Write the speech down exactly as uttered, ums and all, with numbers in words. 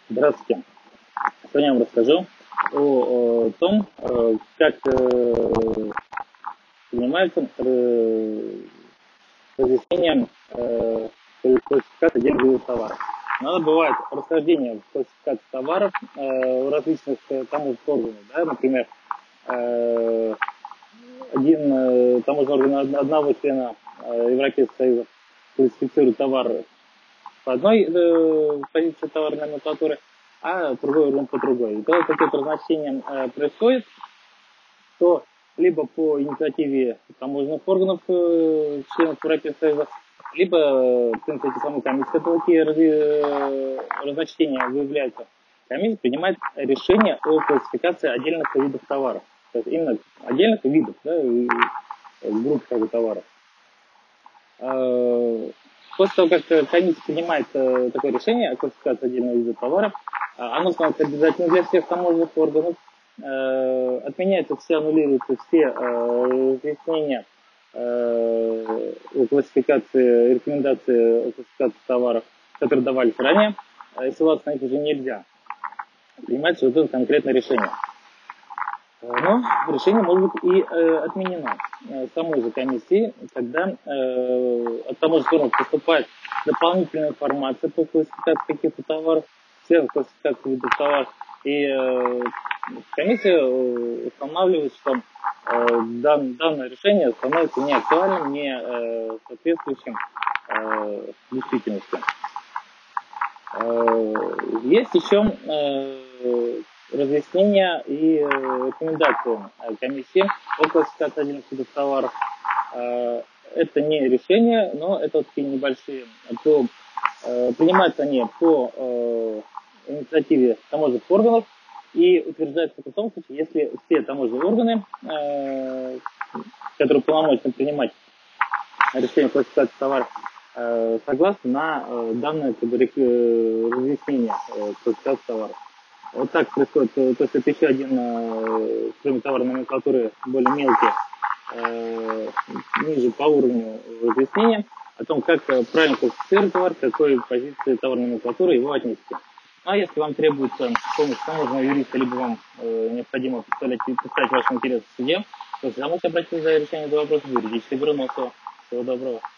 Здравствуйте. Сегодня я вам расскажу о, о том, э, как э, принимается э, разъяснение э, классификации отдельных видов товаров. Иногда бывает расхождение в классификации товаров э, у различных э, таможенных органов. Да? Например, э, один э, таможенный орган одного члена э, Европейского Союза классифицирует товары по одной э, позиции товарной номенклатуры, а другой орган по другой. И когда какие-то разночтения э, происходят, то либо по инициативе таможенных органов э, членов Европейского Союза, либо, э, в принципе, самой комиссии, когда такие э, разночтения выявляются, комиссия принимает решение о классификации отдельных видов товаров. То есть именно отдельных видов, да, и, и групп как бы, товаров. После того, как комиссия принимает э, такое решение о классификации отдельного вида товаров, э, оно становится обязательным для всех таможенных органов, э, отменяются все, аннулируются все э, разъяснения э, о классификации, рекомендации о классификации товаров, которые давались ранее, и ссылаться на них уже нельзя. Принимается вот это конкретное решение. Но решение может быть и э, отменено э, самой же комиссией, когда э, от таможенных органов поступает дополнительная информация по классификации каких-то товаров, всех классификаций видов товаров, и э, комиссия э, устанавливает, что э, дан, данное решение становится не актуальным, не э, соответствующим э, действительности. Э, есть еще э, разъяснения и рекомендации комиссии о классификации отдельных видов товаров. Это не решение, но это такие небольшие. По, принимаются они по инициативе таможенных органов и утверждаются в том случае, если все таможенные органы, которые полномочны принимать решение о классификации товаров, согласны на данное как бы, разъяснение классификации товаров. Вот так происходит. То есть это еще один, э, кроме товарной номенклатуры, более мелкий, э, ниже по уровню разъяснения о том, как правильно классифицировать товар, к какой позиции товарной номенклатуры его отнести. А если вам требуется помощь таможенного юриста, либо вам э, необходимо представлять, представить ваши интересы в суде, то всегда можете обратиться за решением этого вопроса в юридическое бюро Носова. Всего доброго.